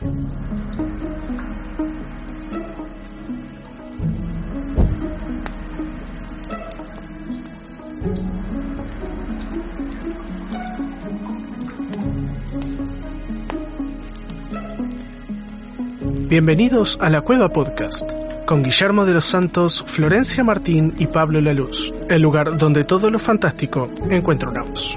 Bienvenidos a La Cueva Podcast, con Guillermo de los Santos, Florencia Martín y Pablo Laluz, el lugar donde todo lo fantástico encuentra una voz.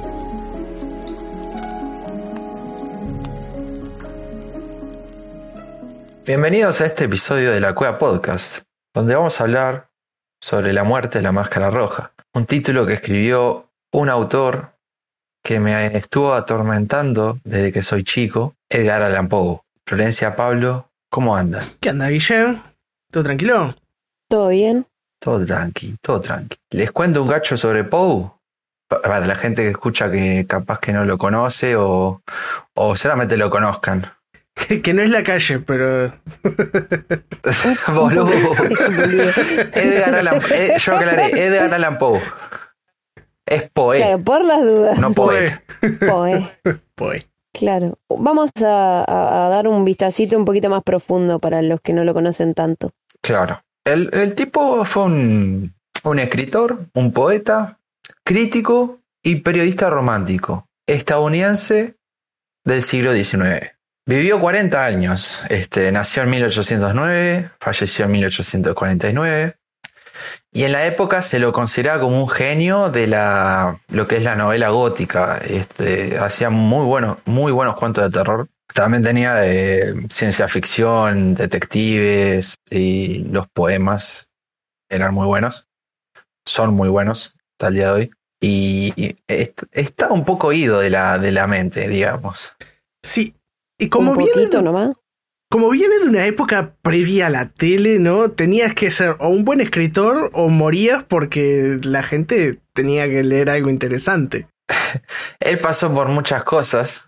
Bienvenidos a este episodio de La Cueva Podcast, donde vamos a hablar sobre la muerte de la Máscara Roja, un título que escribió un autor que me estuvo atormentando desde que soy chico, Edgar Allan Poe. Florencia, Pablo, ¿cómo andan? ¿Qué anda, Guillermo? ¿Todo tranquilo? ¿Todo bien? Todo tranqui, todo tranqui. Les cuento un gacho sobre Poe, para la gente que escucha que capaz que no lo conoce o solamente lo conozcan. Que no es la calle, pero... Boludo. Edgar Allan Poe. Yo aclaré, Edgar Allan Poe. Es Poe. Claro, por las dudas. No poeta. Poe. Claro. Vamos a dar un vistacito un poquito más profundo para los que no lo conocen tanto. Claro. El tipo fue un escritor, un poeta, crítico y periodista romántico, estadounidense del siglo XIX. Vivió 40 años. Nació en 1809, falleció en 1849. Y en la época se lo consideraba como un genio de lo que es la novela gótica. Hacía muy buenos cuentos de terror. También tenía de ciencia ficción, detectives, y los poemas eran muy buenos. Son muy buenos hasta el día de hoy. Y está un poco ido de la mente, digamos. Sí, y como viene de una época previa a la tele, ¿no? Tenías que ser o un buen escritor o morías porque la gente tenía que leer algo interesante. Él pasó por muchas cosas.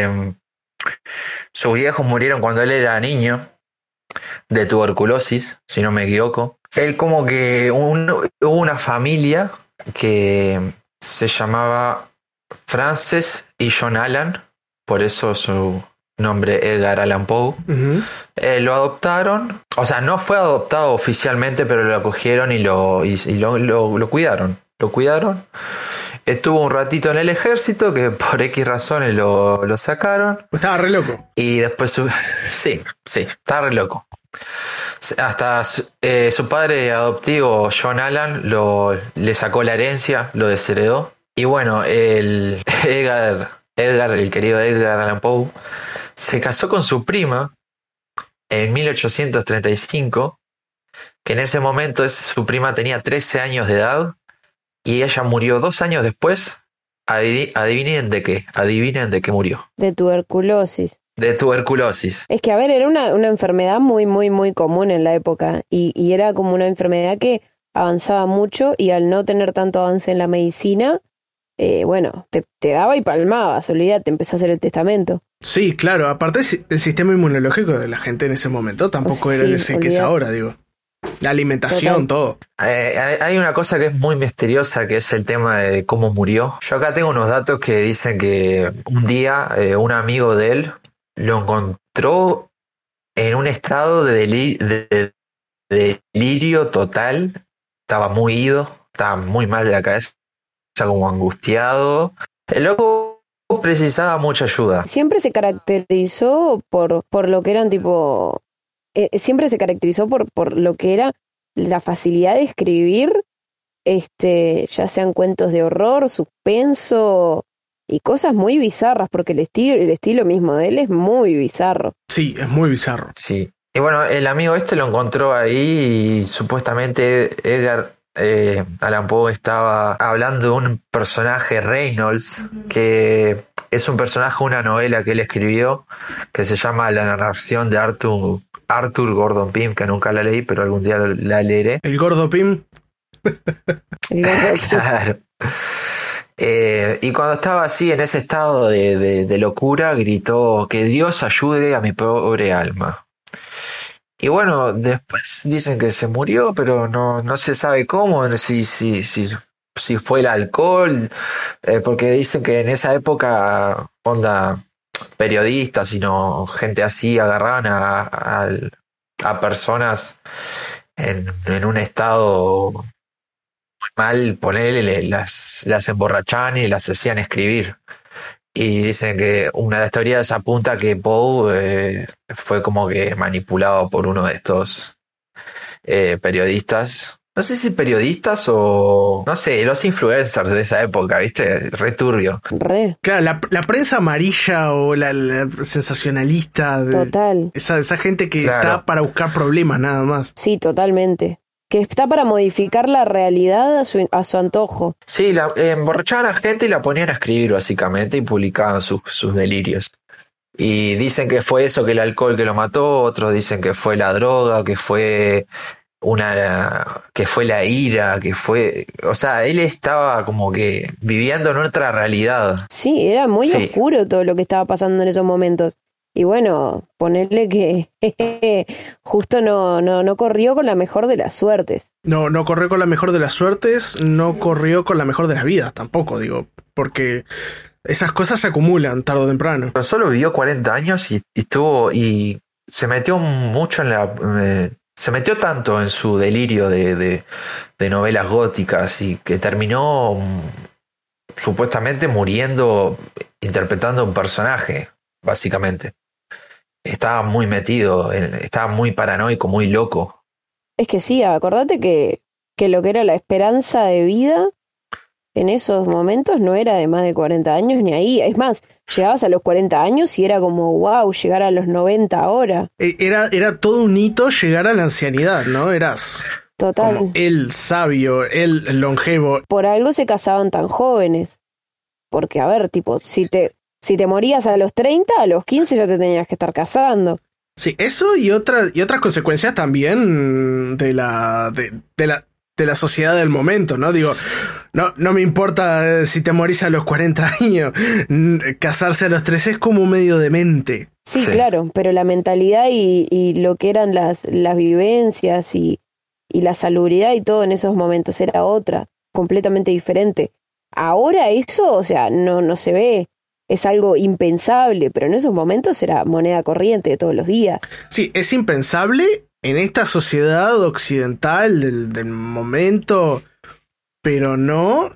Sus viejos murieron cuando él era niño, de tuberculosis, si no me equivoco. Él como que hubo una familia que se llamaba Frances y John Allan, por eso su nombre Edgar Allan Poe. Uh-huh. Lo adoptaron, o sea, no fue adoptado oficialmente, pero lo acogieron y lo cuidaron. Lo cuidaron. Estuvo un ratito en el ejército, que por X razones lo sacaron. Estaba re loco. Y después sí, estaba re loco. Hasta su padre adoptivo, John Allan, le sacó la herencia, lo desheredó. Y bueno, Edgar, el querido Edgar Allan Poe, se casó con su prima en 1835, que en ese momento su prima tenía 13 años de edad y ella murió 2 años después. Adivinen de qué murió. De tuberculosis. De tuberculosis. Es que, a ver, era una enfermedad muy, muy, muy común en la época y era como una enfermedad que avanzaba mucho y al no tener tanto avance en la medicina, te daba y palmabas, olvídate, empezás a hacer el testamento. Sí, claro, aparte el sistema inmunológico de la gente en ese momento tampoco era ese que es ahora, digo. La alimentación, todo. Hay una cosa que es muy misteriosa, que es el tema de cómo murió. Yo acá tengo unos datos que dicen que un día un amigo de él lo encontró en un estado de delirio total. Estaba muy ido, estaba muy mal de la cabeza, como angustiado. El loco precisaba mucha ayuda. Siempre se caracterizó por lo que eran tipo... siempre se caracterizó por lo que era la facilidad de escribir, ya sean cuentos de horror, suspenso y cosas muy bizarras, porque el estilo mismo de él es muy bizarro. Sí, es muy bizarro. Sí. Y bueno, el amigo lo encontró ahí y supuestamente Edgar Allan Poe estaba hablando de un personaje, Reynolds, que es un personaje, una novela que él escribió que se llama La narración de Arthur Gordon Pym, que nunca la leí, pero algún día la leeré. ¿El gordo Pym? Claro. Y cuando estaba así en ese estado de locura, gritó: que Dios ayude a mi pobre alma. Y bueno, después dicen que se murió, pero no se sabe cómo, si fue el alcohol, porque dicen que en esa época, periodistas, sino gente así, agarraban a personas en un estado muy mal, ponerle, las emborrachaban y las hacían escribir. Y dicen que una de las teorías apunta que Poe fue como que manipulado por uno de estos periodistas. No sé si periodistas o, no sé, los influencers de esa época, ¿viste? Re turbio. Re. Claro, la prensa amarilla o la sensacionalista. Total. Esa gente que está para buscar problemas nada más. Sí, totalmente. Que está para modificar la realidad a su antojo. Sí, emborrachaban a gente y la ponían a escribir básicamente y publicaban sus delirios. Y dicen que fue eso, que el alcohol que lo mató, otros dicen que fue la droga, que fue la ira, que fue, o sea, él estaba como que viviendo en otra realidad. Sí, era muy oscuro todo lo que estaba pasando en esos momentos. Y bueno, ponerle que justo no corrió con la mejor de las suertes. No corrió con la mejor de las suertes, no corrió con la mejor de las vidas tampoco, digo, porque esas cosas se acumulan tarde o temprano. Pero solo vivió 40 años y se metió mucho se metió tanto en su delirio de novelas góticas y que terminó supuestamente muriendo interpretando un personaje, básicamente. Estaba muy metido, estaba muy paranoico, muy loco. Es que sí, acordate que lo que era la esperanza de vida en esos momentos no era de más de 40 años ni ahí. Es más, llegabas a los 40 años y era como, wow, llegar a los 90 ahora. Era todo un hito llegar a la ancianidad, ¿no? Eras total, como el sabio, el longevo. Por algo se casaban tan jóvenes. Porque, a ver, tipo, si te morías a los 30, a los 15 ya te tenías que estar casando. Sí, eso y otras consecuencias también de la sociedad del momento, ¿no? Digo, no me importa si te morís a los 40 años, casarse a los 13 es como medio demente. Sí, claro, pero la mentalidad y lo que eran las vivencias y la salubridad y todo en esos momentos era otra, completamente diferente. Ahora eso, o sea, no se ve, es algo impensable, pero en esos momentos era moneda corriente de todos los días. Sí, es impensable en esta sociedad occidental del momento, pero no,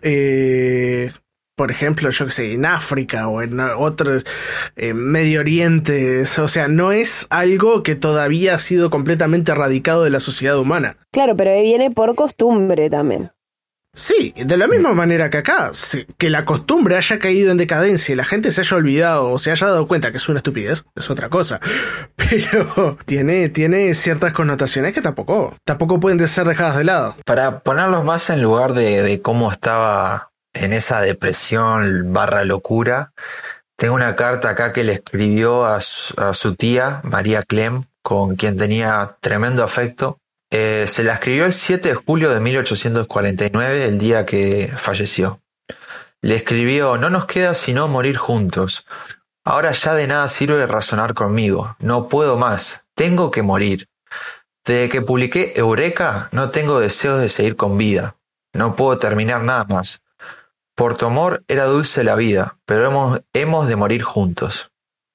por ejemplo, yo que sé, en África o en otros Medio Oriente, o sea, no es algo que todavía ha sido completamente erradicado de la sociedad humana. Claro, pero viene por costumbre también. Sí, de la misma manera que acá, que la costumbre haya caído en decadencia y la gente se haya olvidado o se haya dado cuenta que es una estupidez, es otra cosa. Pero tiene ciertas connotaciones que tampoco pueden ser dejadas de lado. Para ponerlos más en lugar de cómo estaba en esa depresión / locura, tengo una carta acá que le escribió a su tía, María Clem, con quien tenía tremendo afecto. Se la escribió el 7 de julio de 1849, el día que falleció. Le escribió: no nos queda sino morir juntos. Ahora ya de nada sirve razonar conmigo. No puedo más. Tengo que morir. Desde que publiqué Eureka no tengo deseos de seguir con vida. No puedo terminar nada más. Por tu amor era dulce la vida, pero hemos de morir juntos.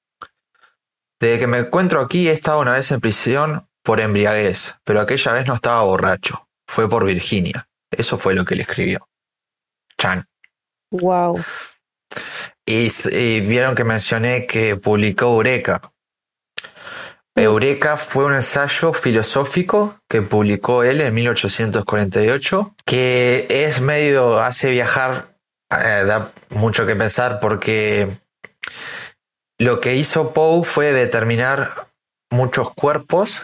Desde que me encuentro aquí he estado una vez en prisión por embriaguez, pero aquella vez no estaba borracho. Fue por Virginia. Eso fue lo que le escribió. Chan. Wow. Y vieron que mencioné que publicó Eureka. Eureka fue un ensayo filosófico que publicó él en 1848, que es medio, hace viajar, da mucho que pensar porque lo que hizo Poe fue determinar muchos cuerpos,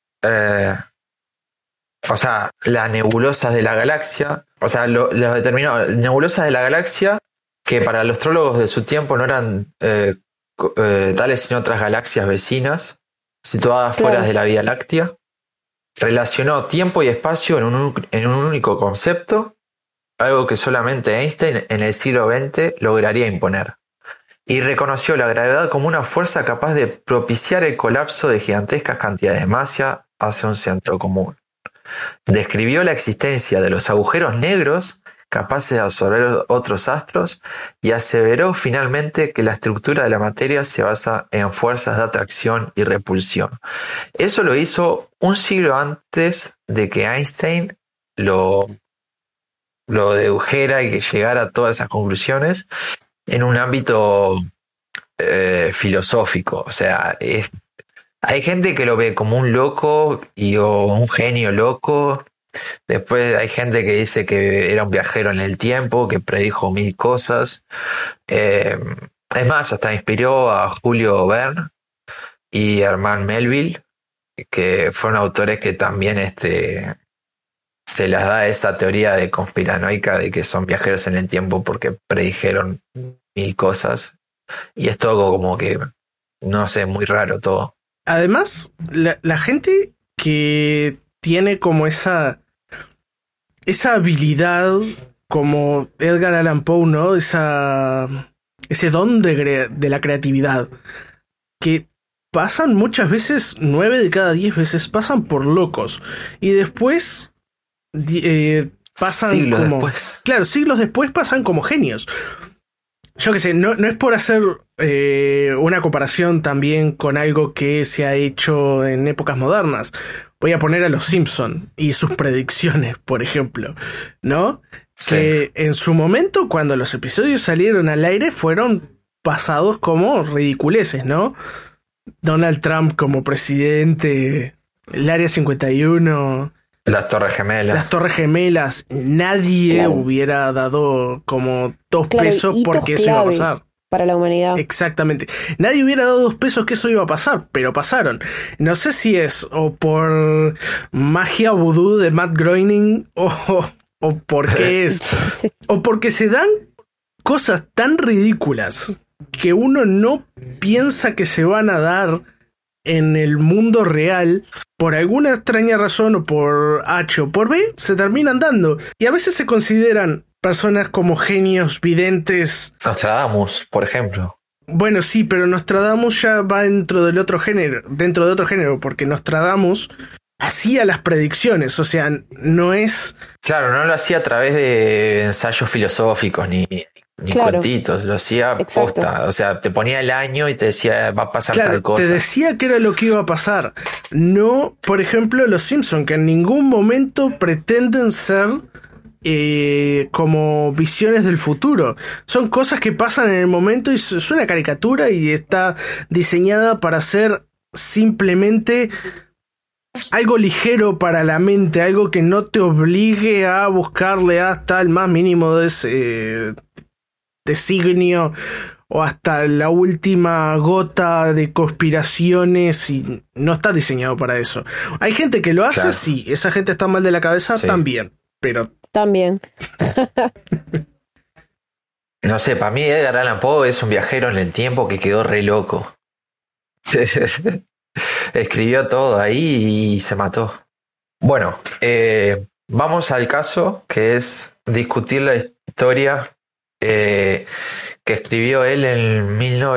o sea, las nebulosas de la galaxia, o sea, lo determinó nebulosas de la galaxia que para los astrólogos de su tiempo no eran tales sino otras galaxias vecinas, situadas fuera de la Vía Láctea. Relacionó tiempo y espacio en un único concepto, algo que solamente Einstein en el siglo XX lograría imponer. Y reconoció la gravedad como una fuerza capaz de propiciar el colapso de gigantescas cantidades de masa hacia un centro común. Describió la existencia de los agujeros negros capaces de absorber otros astros, y aseveró finalmente que la estructura de la materia se basa en fuerzas de atracción y repulsión. Eso lo hizo un siglo antes de que Einstein lo dedujera y que llegara a todas esas conclusiones en un ámbito filosófico. O sea, hay gente que lo ve como un loco o un genio loco. Después hay gente que dice que era un viajero en el tiempo, que predijo 1000 cosas. Es más, hasta inspiró a Julio Verne y Herman Melville, que fueron autores que también se les da esa teoría de conspiranoica de que son viajeros en el tiempo porque predijeron 1000 cosas. Y es todo como que, no sé, muy raro todo. Además, la gente que tiene como esa habilidad, como Edgar Allan Poe, ¿no? Ese don de la creatividad, que pasan muchas veces, 9 de cada 10 veces, pasan por locos. Y después pasan siglos como... después. Claro, siglos después pasan como genios. Yo qué sé, no es por hacer una comparación también con algo que se ha hecho en épocas modernas. Voy a poner a los Simpson y sus predicciones, por ejemplo, ¿no? Sí. Que en su momento, cuando los episodios salieron al aire, fueron pasados como ridiculeces, ¿no? Donald Trump como presidente, el Área 51... Las Torres Gemelas. Las Torres Gemelas, nadie hubiera dado como 2 pesos porque eso iba a pasar. Para la humanidad. Exactamente. Nadie hubiera dado 2 pesos que eso iba a pasar, pero pasaron. No sé si es o por magia vudú de Matt Groening o por qué es. O porque se dan cosas tan ridículas que uno no piensa que se van a dar en el mundo real, por alguna extraña razón o por H o por B, se terminan dando. Y a veces se consideran personas como genios, videntes. Nostradamus, por ejemplo. Bueno, sí, pero Nostradamus ya va dentro de otro género, porque Nostradamus hacía las predicciones, o sea, no es... Claro, no lo hacía a través de ensayos filosóficos ni cuentitos, lo hacía posta, o sea, te ponía el año y te decía va a pasar tal cosa. Te decía que era lo que iba a pasar. No, por ejemplo, los Simpson, que en ningún momento pretenden ser como visiones del futuro. Son cosas que pasan en el momento y es una caricatura y está diseñada para ser simplemente algo ligero para la mente, algo que no te obligue a buscarle hasta el más mínimo designio o hasta la última gota de conspiraciones, y no está diseñado para eso. Hay gente que lo hace, claro. Sí, esa gente está mal de la cabeza, sí. También, pero... También. No sé, para mí Edgar Allan Poe es un viajero en el tiempo que quedó re loco. Escribió todo ahí y se mató. Bueno, vamos al caso, que es discutir la historia que escribió él en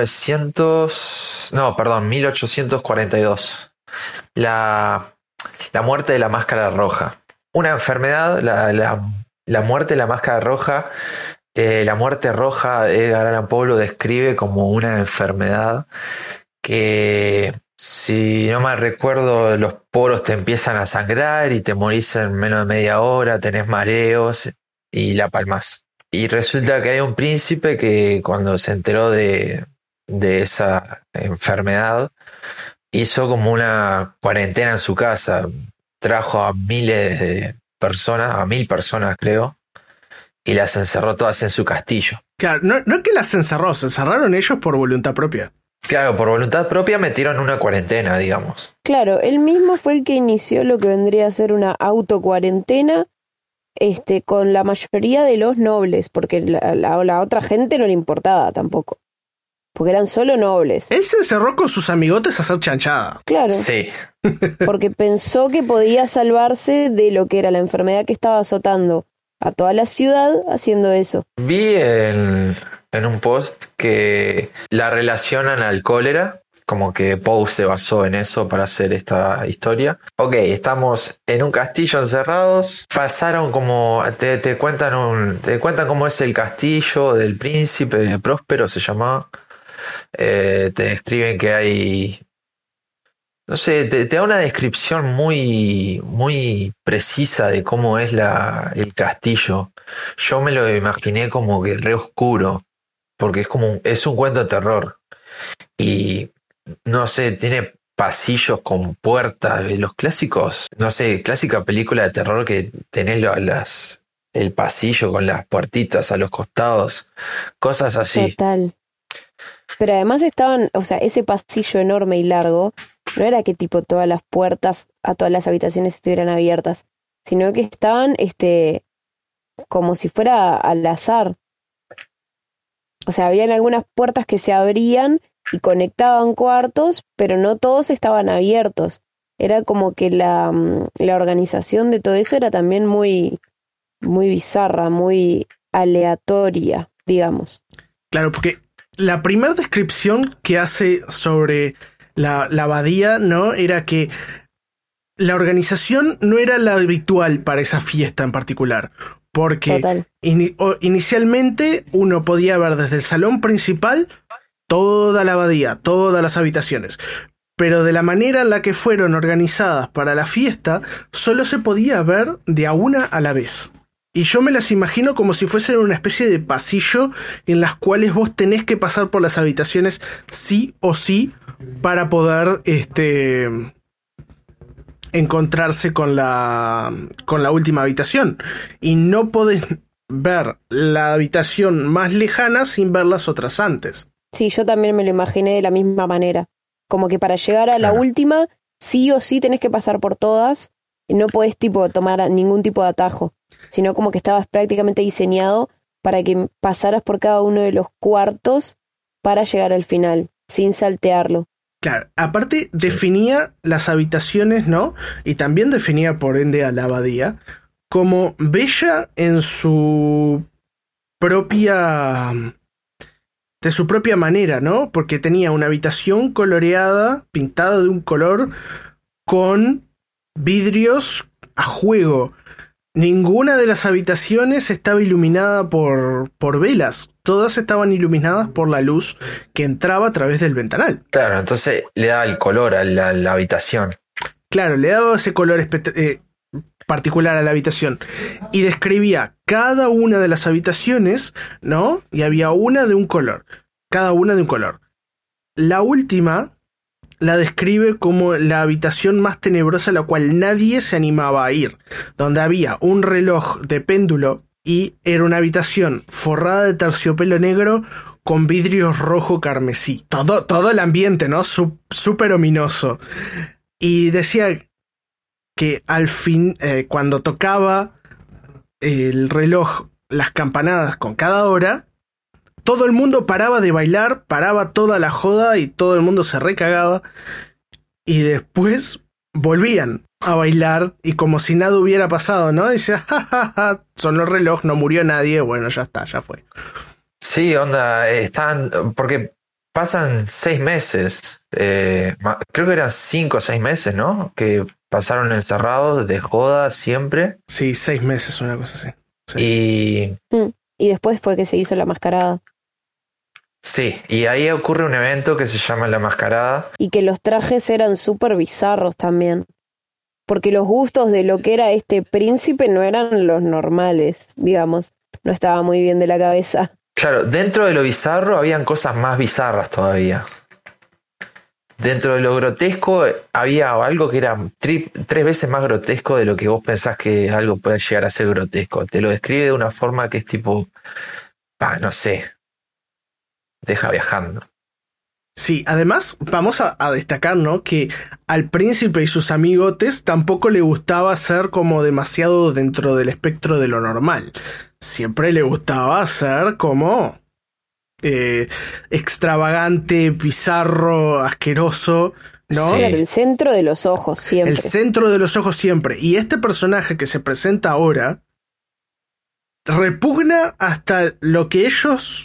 1842. La muerte de la máscara roja. Una enfermedad, la muerte de la máscara roja, la muerte roja de Edgar Allan Poe lo describe como una enfermedad que, si no mal recuerdo, los poros te empiezan a sangrar y te morís en menos de media hora, tenés mareos y la palmás. Y resulta que hay un príncipe que, cuando se enteró de esa enfermedad, hizo como una cuarentena en su casa. Trajo a miles de personas, a 1000 personas creo, y las encerró todas en su castillo. Claro, no es que las encerró, se encerraron ellos por voluntad propia. Claro, por voluntad propia metieron una cuarentena, digamos. Claro, él mismo fue el que inició lo que vendría a ser una autocuarentena, con la mayoría de los nobles, porque la otra gente no le importaba tampoco, porque eran solo nobles. Él se encerró con sus amigotes a hacer chanchada. Claro. Sí. Porque pensó que podía salvarse de lo que era la enfermedad que estaba azotando a toda la ciudad haciendo eso. Vi en un post que la relacionan al cólera como que Poe se basó en eso para hacer esta historia. Ok, estamos en un castillo encerrados. Pasaron como. Te cuentan cómo es el castillo del príncipe Próspero, se llamaba. Te describen que hay. No sé, te da una descripción muy, muy precisa de cómo es el castillo. Yo me lo imaginé como que re oscuro, porque es un cuento de terror. Y no sé, tiene pasillos con puertas, los clásicos, no sé, clásica película de terror que tenés el pasillo con las puertitas a los costados, cosas así. Total. Pero además estaban, o sea, ese pasillo enorme y largo, no era que tipo todas las puertas a todas las habitaciones estuvieran abiertas, sino que estaban, como si fuera al azar. O sea, habían algunas puertas que se abrían y conectaban cuartos, pero no todos estaban abiertos. Era como que la organización de todo eso era también muy, muy bizarra, muy aleatoria, digamos. Claro, porque la primera descripción que hace sobre la abadía, ¿no? Era que la organización no era la habitual para esa fiesta en particular. Porque inicialmente uno podía ver desde el salón principal toda la abadía, todas las habitaciones. Pero de la manera en la que fueron organizadas para la fiesta, solo se podía ver de a una a la vez. Y yo me las imagino como si fuesen una especie de pasillo en las cuales vos tenés que pasar por las habitaciones sí o sí para poder encontrarse con la última habitación. Y no podés ver la habitación más lejana sin ver las otras antes. Sí, yo también me lo imaginé de la misma manera. Como que para llegar a la última, sí o sí tenés que pasar por todas. Y no podés tomar ningún tipo de atajo. Sino como que estabas prácticamente diseñado para que pasaras por cada uno de los cuartos para llegar al final, sin saltearlo. Claro, aparte definía las habitaciones, ¿no? Y también definía por ende a la abadía como bella en su propia manera, ¿no? Porque tenía una habitación coloreada, pintada de un color, con vidrios a juego. Ninguna de las habitaciones estaba iluminada por velas. Todas estaban iluminadas por la luz que entraba a través del ventanal. Claro, entonces le daba el color a la habitación. Claro, le daba ese color particular a la habitación. Y describía cada una de las habitaciones, ¿no? Y había una de un color. Cada una de un color. La última la describe como la habitación más tenebrosa a la cual nadie se animaba a ir, donde había un reloj de péndulo y era una habitación forrada de terciopelo negro con vidrios rojo carmesí. Todo el ambiente, ¿no? Súper ominoso. Y decía que al fin, cuando tocaba el reloj, las campanadas con cada hora, todo el mundo paraba de bailar, paraba toda la joda y todo el mundo se recagaba. Y después volvían a bailar y como si nada hubiera pasado, ¿no? Dice, ja, sonó el reloj, no murió nadie, bueno, ya está, ya fue. Sí, onda, porque pasan 6 meses, creo que eran 5 o 6 meses, ¿no? Que pasaron encerrados de joda siempre. Sí, 6 meses, una cosa así. Sí. Y después fue que se hizo la mascarada. Sí, y ahí ocurre un evento que se llama la mascarada. Y que los trajes eran súper bizarros también. Porque los gustos de lo que era este príncipe no eran los normales, digamos. No estaba muy bien de la cabeza. Claro, dentro de lo bizarro habían cosas más bizarras todavía. Dentro de lo grotesco había algo que era 3 veces más grotesco de lo que vos pensás que algo puede llegar a ser grotesco. Te lo describe de una forma que es tipo, no sé, deja viajando. Sí, además vamos a destacar, ¿no? Que al príncipe y sus amigotes tampoco le gustaba ser como demasiado dentro del espectro de lo normal. Siempre le gustaba ser como extravagante, bizarro, asqueroso, ¿no? Sí, el centro de los ojos siempre. El centro de los ojos siempre. Y este personaje que se presenta ahora repugna hasta lo que ellos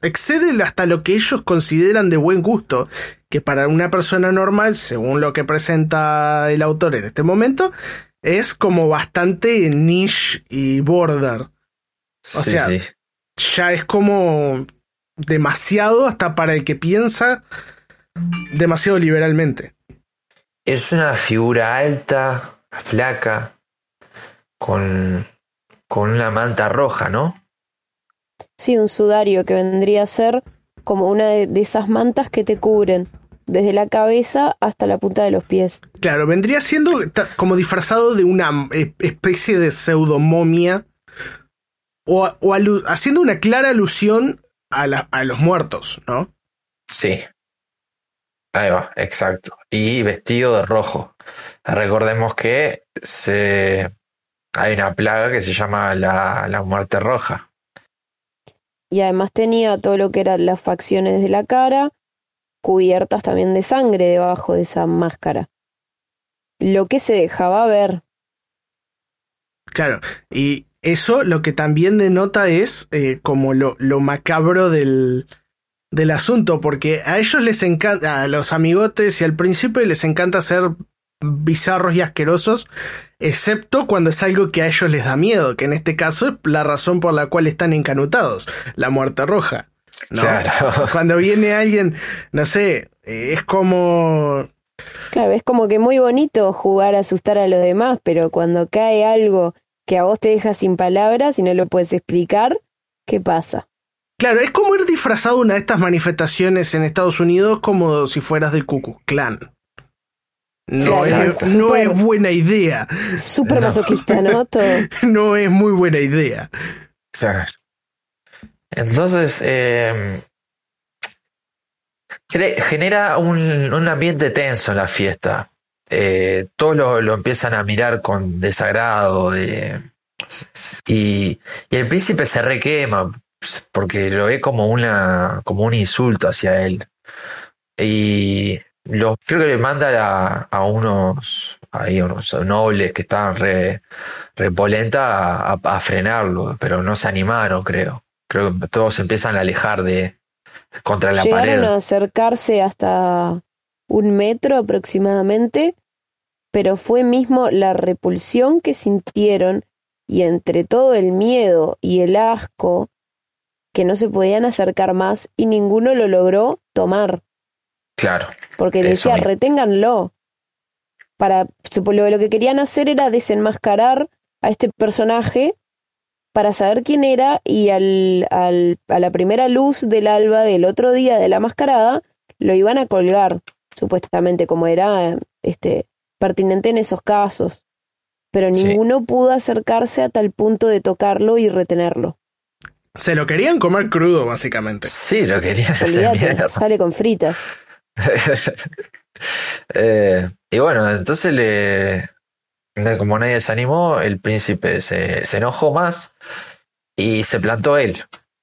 excede hasta lo que ellos consideran de buen gusto, que para una persona normal, según lo que presenta el autor en este momento, es como bastante niche y border. O sea, ya es como demasiado hasta para el que piensa demasiado liberalmente. Es una figura alta, flaca, con una manta roja, ¿no? Sí, un sudario que vendría a ser como una de esas mantas que te cubren desde la cabeza hasta la punta de los pies. Claro, vendría siendo como disfrazado de una especie de pseudomomia o haciendo una clara alusión a los muertos, ¿no? Sí. Ahí va, exacto. Y vestido de rojo. Recordemos que hay una plaga que se llama la muerte roja. Y además tenía todo lo que eran las facciones de la cara, cubiertas también de sangre debajo de esa máscara. Lo que se dejaba ver. Claro, y eso lo que también denota es como lo macabro del asunto, porque a ellos les encanta, a los amigotes y al príncipe les encanta ser bizarros y asquerosos, excepto cuando es algo que a ellos les da miedo, que en este caso es la razón por la cual están encanutados, la muerte roja, ¿no? Claro. Cuando viene alguien, no sé, es como... Claro, es como que muy bonito jugar a asustar a los demás, pero cuando cae algo que a vos te deja sin palabras y no lo puedes explicar, ¿qué pasa? Claro, es como ir disfrazado a una de estas manifestaciones en Estados Unidos como si fueras del Ku Klux Klan. No, claro, no es buena idea. Súper masoquista, ¿no? Todo. No es muy buena idea. Claro. Entonces, genera un ambiente tenso en la fiesta. Todos lo empiezan a mirar con desagrado. Y el príncipe se requema porque lo ve como un insulto hacia él. Y creo que le manda a unos nobles que estaban repolenta a frenarlo, pero no se animaron, creo. Creo que todos empiezan a alejar contra la pared. Llegaron a acercarse hasta 1 metro aproximadamente, pero fue mismo la repulsión que sintieron y entre todo el miedo y el asco que no se podían acercar más y ninguno lo logró tomar. Claro. Porque decía, reténganlo. Lo que querían hacer era desenmascarar a este personaje para saber quién era y a la primera luz del alba del otro día de la mascarada lo iban a colgar, supuestamente, como era pertinente en esos casos. Pero ninguno pudo acercarse a tal punto de tocarlo y retenerlo. Se lo querían comer crudo, básicamente. Sí, lo querían hacer mierda. Sale con fritas. Y bueno, entonces como nadie se animó, el príncipe se enojó más y se plantó él.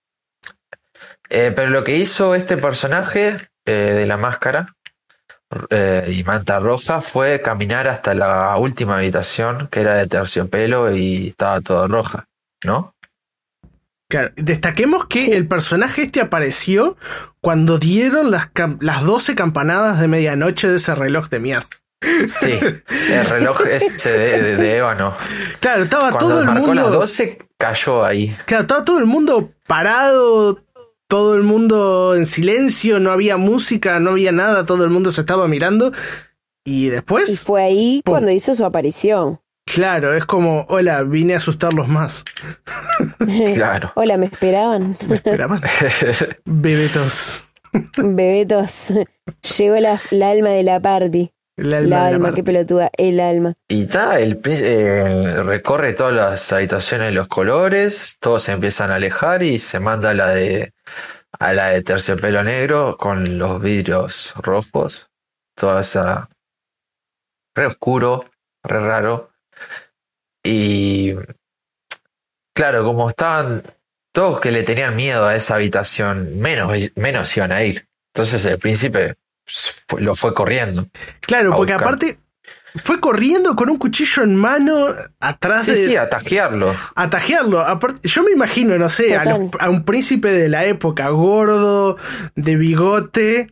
Pero lo que hizo este personaje de la máscara y manta roja fue caminar hasta la última habitación, que era de terciopelo y estaba todo roja, ¿no? Claro, destaquemos que el personaje apareció cuando dieron las 12 campanadas de medianoche de ese reloj de mierda. Sí, el reloj ese de ébano. Claro, estaba cuando todo el mundo... Cuando marcó las 12 cayó ahí. Claro, estaba todo el mundo parado, todo el mundo en silencio, no había música, no había nada, todo el mundo se estaba mirando. Y después... Y fue ahí cuando hizo su aparición. Claro, es como, hola, vine a asustarlos más. Claro. Hola, ¿me esperaban? ¿Me esperaban? Bebetos. Bebetos. Llegó la alma de la party. La alma, qué pelotuda, el alma. Y el príncipe recorre todas las habitaciones de los colores, todos se empiezan a alejar y se manda a la de terciopelo negro con los vidrios rojos. Toda esa... re oscuro, re raro. Y claro, como estaban todos que le tenían miedo a esa habitación, menos iban a ir. Entonces el príncipe lo fue corriendo. Claro, porque aparte Fue corriendo con un cuchillo en mano atrás de... Sí, a tajearlo. A tajearlo. Yo me imagino, no sé, a un príncipe de la época, gordo, de bigote.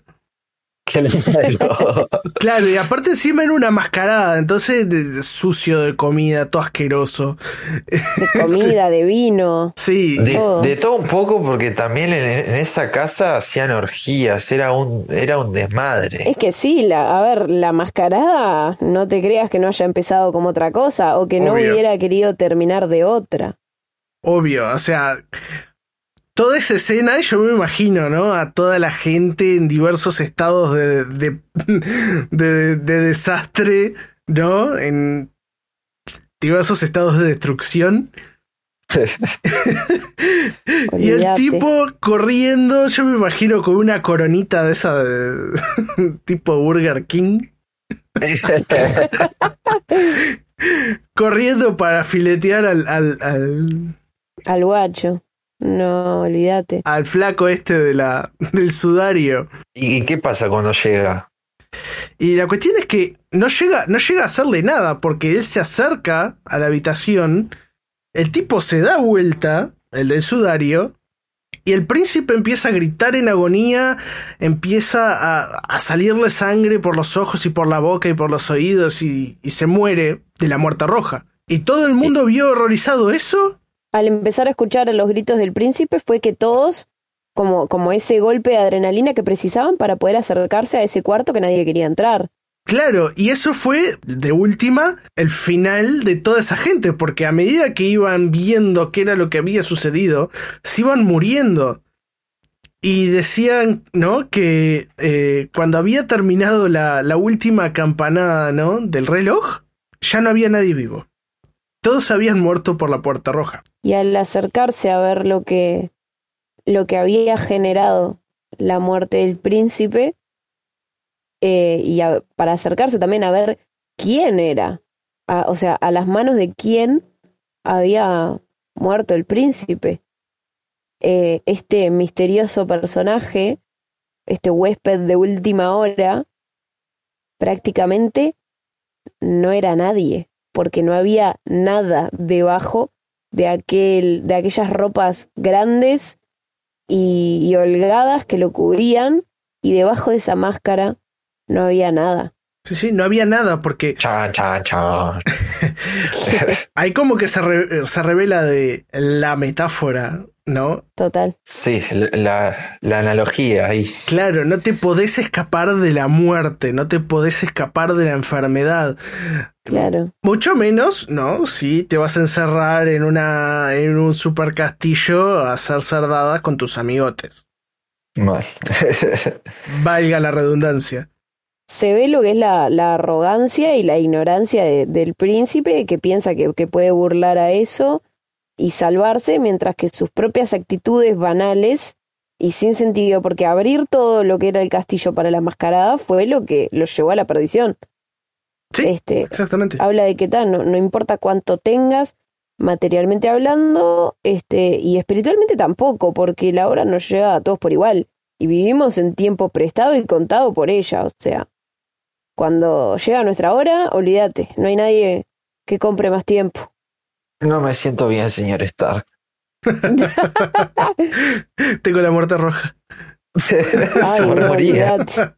Claro, y aparte encima era una mascarada, entonces sucio de comida, todo asqueroso. De comida, de vino. Sí. De todo un poco, porque también en esa casa hacían orgías, era un desmadre. Es que sí, la mascarada, no te creas que no haya empezado como otra cosa, o que no hubiera querido terminar de otra. Obvio, o sea... Toda esa escena, yo me imagino, ¿no? A toda la gente en diversos estados de desastre, ¿no? En diversos estados de destrucción. Y el tipo corriendo, yo me imagino con una coronita de esa tipo Burger King. Corriendo para filetear al guacho. No, olvídate. Al flaco del sudario. ¿Y qué pasa cuando llega? Y la cuestión es que no llega a hacerle nada, porque él se acerca a la habitación, el tipo se da vuelta, el del sudario, y el príncipe empieza a gritar en agonía, empieza a salirle sangre por los ojos y por la boca y por los oídos, y se muere de la muerte roja. Y todo el mundo vio horrorizado eso. Al empezar a escuchar los gritos del príncipe fue que todos, como ese golpe de adrenalina que precisaban para poder acercarse a ese cuarto que nadie quería entrar. Claro, y eso fue, de última, el final de toda esa gente, porque a medida que iban viendo qué era lo que había sucedido, se iban muriendo. Y decían, ¿no? Que cuando había terminado la última campanada, ¿no? Del reloj, ya no había nadie vivo. Todos habían muerto por la puerta roja. Y al acercarse a ver lo que había generado la muerte del príncipe, para acercarse también a ver quién era, o sea, a las manos de quién había muerto el príncipe. Este misterioso personaje, este huésped de última hora, prácticamente no era nadie, porque no había nada debajo de aquellas ropas grandes y holgadas que lo cubrían, y debajo de esa máscara no había nada. Sí, no había nada, porque... Chan. Ahí como que se revela de la metáfora, ¿no? Total. Sí, la analogía ahí. Claro, no te podés escapar de la muerte, no te podés escapar de la enfermedad. Claro. Mucho menos, ¿no? Si te vas a encerrar en un super castillo a hacer cerdadas con tus amigotes. Mal. Valga la redundancia. Se ve lo que es la arrogancia y la ignorancia del príncipe, que piensa que puede burlar a eso y salvarse, mientras que sus propias actitudes banales y sin sentido, porque abrir todo lo que era el castillo para la mascarada fue lo que los llevó a la perdición. Sí, exactamente. Habla de que no importa cuánto tengas, materialmente hablando, y espiritualmente tampoco, porque la hora nos llega a todos por igual, y vivimos en tiempo prestado y contado por ella, o sea, cuando llega nuestra hora, olvídate, no hay nadie que compre más tiempo. No me siento bien, señor Stark. Tengo la muerte roja. Ay, no, olvídate.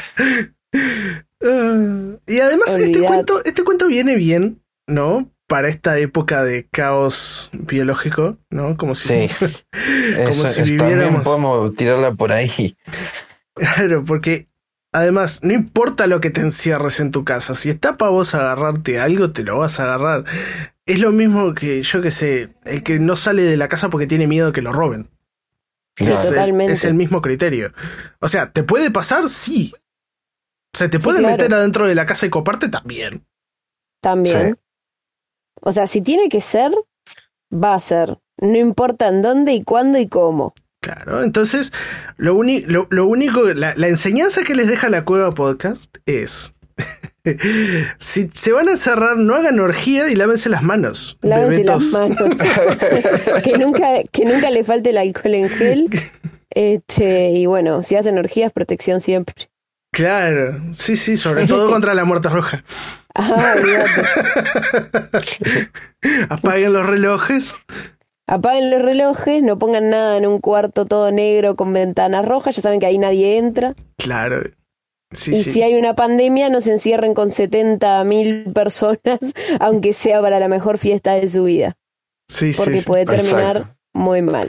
Y además este cuento viene bien, ¿no? Para esta época de caos biológico, ¿no? Como si, sí. como si viviéramos. También podemos tirarla por ahí. Claro, porque además no importa lo que te encierres en tu casa, si está para vos agarrarte algo, te lo vas a agarrar. Es lo mismo que, yo que sé, el que no sale de la casa porque tiene miedo que lo roben. Sí, totalmente. Es el mismo criterio. O sea, ¿te puede pasar? Sí. O sea, ¿te pueden claro. meter adentro de la casa y coparte? También. También. Sí. O sea, si tiene que ser, va a ser. No importa en dónde y cuándo y cómo. Claro, entonces, lo único, la enseñanza que les deja la Cueva Podcast es... si se van a encerrar, no hagan orgía y lávense las manos. Lávense las manos. que nunca le falte el alcohol en gel. Y bueno, si hacen orgías, protección siempre. Claro, sí, sobre todo contra la muerte roja. Olvídate. Apaguen los relojes. Apaguen los relojes, no pongan nada en un cuarto todo negro con ventanas rojas, ya saben que ahí nadie entra. Claro. Sí. Si hay una pandemia, no se encierren con 70.000 personas, aunque sea para la mejor fiesta de su vida. Sí, porque puede terminar muy mal.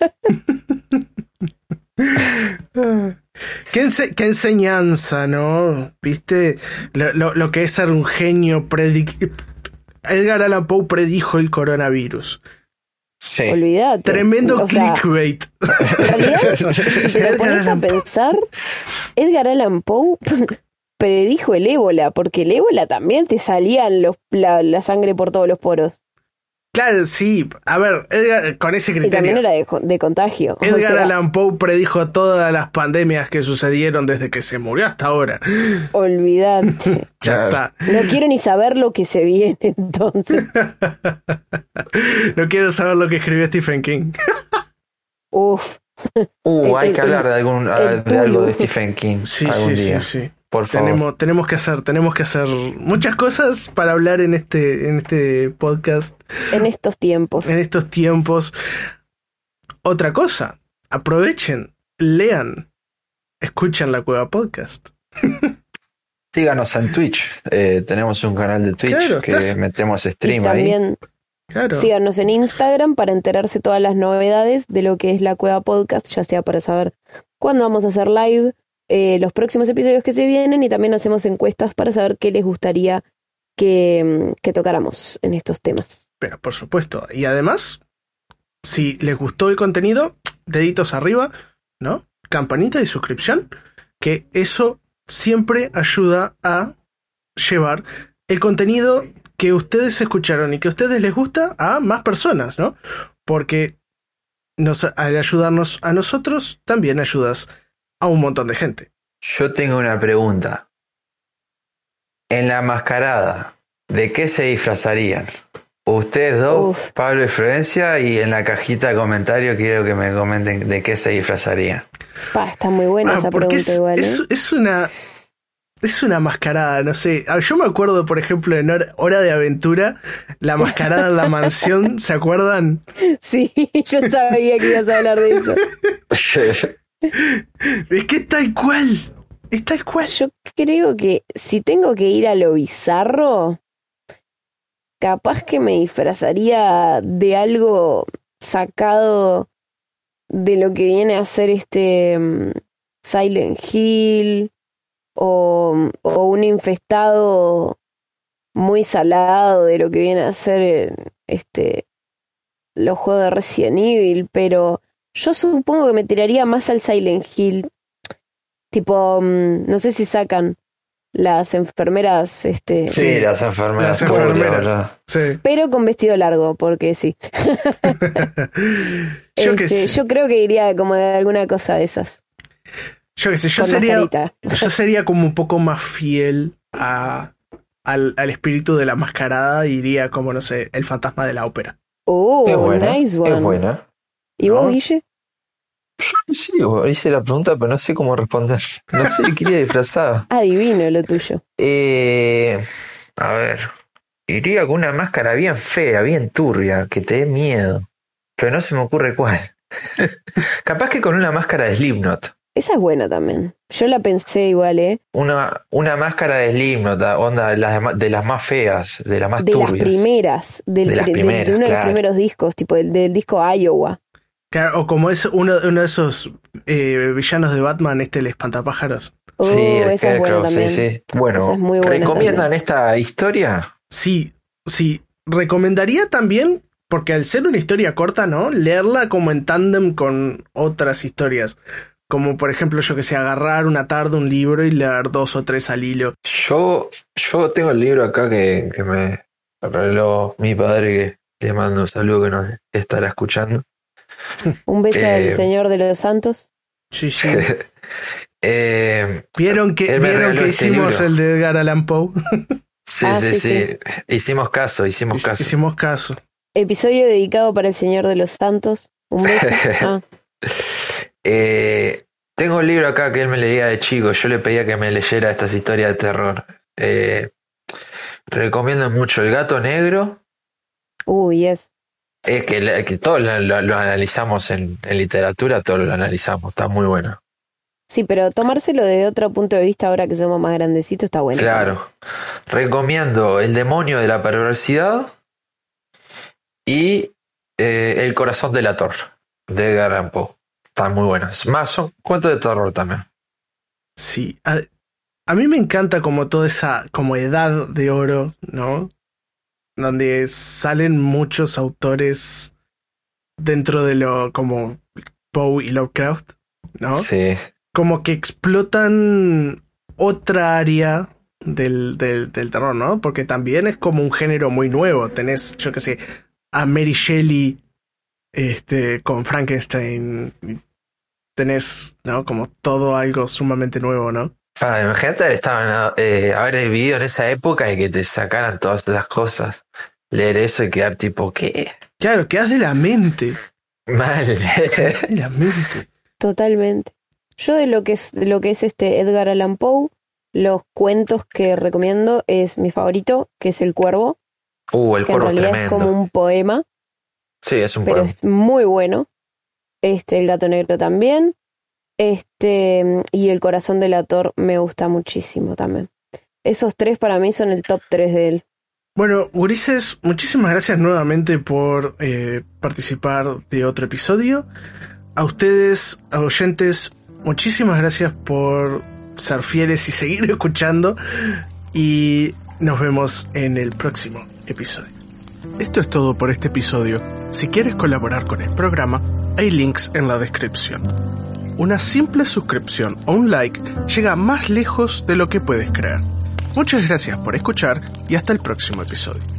Qué enseñanza, ¿no? ¿Viste? Lo que es ser un genio. Edgar Allan Poe predijo el coronavirus. Sí. Olvídate. Tremendo clickbait. En realidad, si te lo pones a pensar, Edgar Allan Poe predijo el ébola, porque el ébola también te salían la sangre por todos los poros. Claro, sí. A ver, Edgar, con ese criterio. Y también era de contagio. Edgar Allan Poe predijo todas las pandemias que sucedieron desde que se murió hasta ahora. Olvídate. Ya está. No quiero ni saber lo que se viene entonces. No quiero saber lo que escribió Stephen King. Uf. Hay que hablar de algo de Stephen King algún día. Sí. Por favor. Tenemos que hacer muchas cosas para hablar en este podcast. En estos tiempos. Otra cosa, aprovechen, lean, escuchen La Cueva Podcast. Síganos en Twitch. Tenemos un canal de Twitch que metemos stream y también, ahí. Síganos en Instagram para enterarse todas las novedades de lo que es La Cueva Podcast, ya sea para saber cuándo vamos a hacer live, los próximos episodios que se vienen, y también hacemos encuestas para saber qué les gustaría que tocáramos en estos temas. Pero por supuesto, y además, si les gustó el contenido, deditos arriba, ¿no? Campanita y suscripción, que eso siempre ayuda a llevar el contenido que ustedes escucharon y que a ustedes les gusta a más personas, ¿no? Porque al ayudarnos a nosotros, también ayudas a un montón de gente. Yo tengo una pregunta. En la mascarada, ¿de qué se disfrazarían? Ustedes dos, Pablo y Florencia, y en la cajita de comentarios quiero que me comenten de qué se disfrazarían. Está muy buena esa pregunta igual. Es una mascarada, no sé. Yo me acuerdo, por ejemplo, en Hora de Aventura, la mascarada en la mansión, ¿se acuerdan? Sí, yo sabía que ibas a hablar de eso. Es que es tal cual. Yo creo que si tengo que ir a lo bizarro, capaz que me disfrazaría de algo sacado de lo que viene a ser Silent Hill, o un infestado muy salado de lo que viene a ser los juegos de Resident Evil, pero yo supongo que me tiraría más al Silent Hill, tipo, no sé si sacan las enfermeras, Sí, las enfermeras. Sí. Pero con vestido largo, porque sí. Yo creo que iría como de alguna cosa de esas. Yo qué sé, yo sería como un poco más fiel al espíritu de la mascarada, y iría como, no sé, el fantasma de la ópera. Nice one. Es buena. ¿Y vos, Guille? Sí, hice la pregunta, pero no sé cómo responder. No sé, quería disfrazar. Adivino lo tuyo. A ver, iría con una máscara bien fea, bien turbia, que te dé miedo. Pero no se me ocurre cuál. Capaz que con una máscara de Slipknot. Esa es buena también. Yo la pensé igual, ¿eh? Una máscara de Slipknot, onda de las más feas, de las más turbias. De las primeras, de uno de los primeros discos, tipo del disco Iowa. Claro, o como es uno de esos villanos de Batman, el espantapájaros. Sí, esa es buena también. Sí. Bueno, esa es muy buena. ¿Recomiendan también esta historia? Sí. Recomendaría también, porque al ser una historia corta, ¿no? Leerla como en tándem con otras historias. Como por ejemplo, yo que sé, agarrar una tarde un libro y leer 2 o 3 al hilo. Yo tengo el libro acá que me regaló mi padre, que le mando un saludo, que nos estará escuchando. Un beso al Señor de los Santos. Sí. ¿Vieron que hicimos el de Edgar Allan Poe? Sí. Hicimos caso. Episodio dedicado para el Señor de los Santos. Un beso. Tengo un libro acá que él me leía de chico. Yo le pedía que me leyera estas historias de terror. Recomiendo mucho El Gato Negro. Yes. Es que todos lo analizamos en literatura, todos lo analizamos. Está muy bueno. Sí, pero tomárselo desde otro punto de vista ahora que somos más grandecitos está bueno. Claro. Recomiendo El Demonio de la Perversidad y El Corazón delator de Edgar Allan Poe. Están muy buenos. Más son cuentos de terror también. Sí. A mí me encanta como toda esa como edad de oro, ¿no? Donde salen muchos autores dentro de lo como Poe y Lovecraft, ¿no? Sí. Como que explotan otra área del terror, ¿no? Porque también es como un género muy nuevo. Tenés, yo qué sé, a Mary Shelley con Frankenstein. Tenés, ¿no? Como todo algo sumamente nuevo, ¿no? Imagínate haber vivido en esa época y que te sacaran todas las cosas. Leer eso y quedar tipo, ¿qué? Claro, quedas de la mente. Mal. De la mente. Totalmente. Yo de lo que es Edgar Allan Poe, los cuentos que recomiendo es mi favorito, que es El Cuervo. El que Cuervo en realidad es tremendo. Es como un poema. Sí, es un pero poema. Es muy bueno. El Gato Negro también. Y El Corazón delator me gusta muchísimo también. Esos tres para mí son el top 3 de él. Bueno, gurises, muchísimas gracias nuevamente por participar de otro episodio. A ustedes, a oyentes, muchísimas gracias por ser fieles y seguir escuchando. Y nos vemos en el próximo episodio. Esto es todo por este episodio. Si quieres colaborar con el programa, hay links en la descripción. Una simple suscripción o un like llega más lejos de lo que puedes creer. Muchas gracias por escuchar y hasta el próximo episodio.